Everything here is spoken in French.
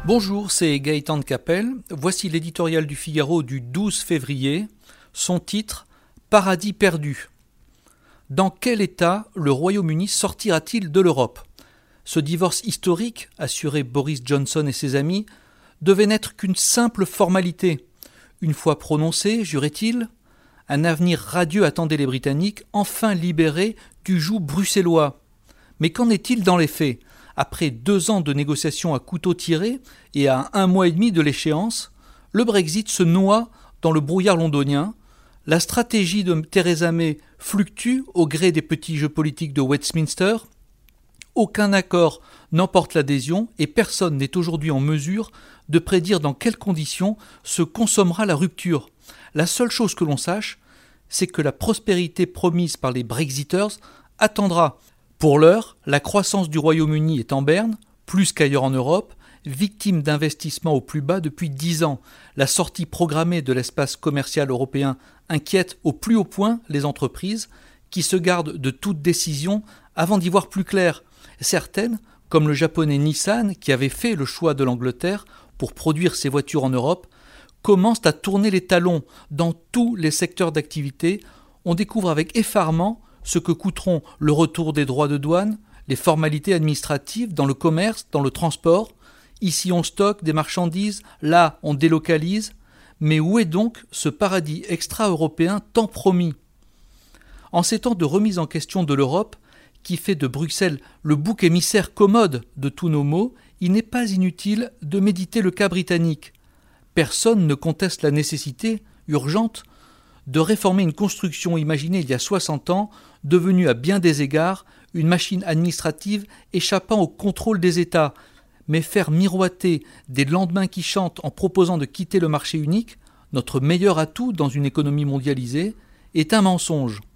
Bonjour, c'est Gaëtan de Capelle. Voici l'éditorial du Figaro du 12 février. Son titre « Paradis perdu ». Dans quel état le Royaume-Uni sortira-t-il de l'Europe ? Ce divorce historique, assurait Boris Johnson et ses amis, devait n'être qu'une simple formalité. Une fois prononcé, jurait-il, un avenir radieux attendait les Britanniques, enfin libérés du joug bruxellois. Mais qu'en est-il dans les faits ? Après 2 ans de négociations à couteau tiré et à 1 mois et demi de l'échéance, le Brexit se noie dans le brouillard londonien. La stratégie de Theresa May fluctue au gré des petits jeux politiques de Westminster. Aucun accord n'emporte l'adhésion et personne n'est aujourd'hui en mesure de prédire dans quelles conditions se consommera la rupture. La seule chose que l'on sache, c'est que la prospérité promise par les Brexiters attendra. Pour l'heure, la croissance du Royaume-Uni est en berne, plus qu'ailleurs en Europe, victime d'investissements au plus bas depuis 10 ans. La sortie programmée de l'espace commercial européen inquiète au plus haut point les entreprises qui se gardent de toute décision avant d'y voir plus clair. Certaines, comme le japonais Nissan qui avait fait le choix de l'Angleterre pour produire ses voitures en Europe, commencent à tourner les talons dans tous les secteurs d'activité. On découvre avec effarement ce que coûteront le retour des droits de douane, les formalités administratives dans le commerce, dans le transport. Ici on stocke des marchandises, là on délocalise. Mais où est donc ce paradis extra-européen tant promis ? En ces temps de remise en question de l'Europe, qui fait de Bruxelles le bouc émissaire commode de tous nos maux, il n'est pas inutile de méditer le cas britannique. Personne ne conteste la nécessité, urgente, de réformer une construction imaginée il y a 60 ans, devenue à bien des égards une machine administrative échappant au contrôle des États. Mais faire miroiter des lendemains qui chantent en proposant de quitter le marché unique, notre meilleur atout dans une économie mondialisée, est un mensonge.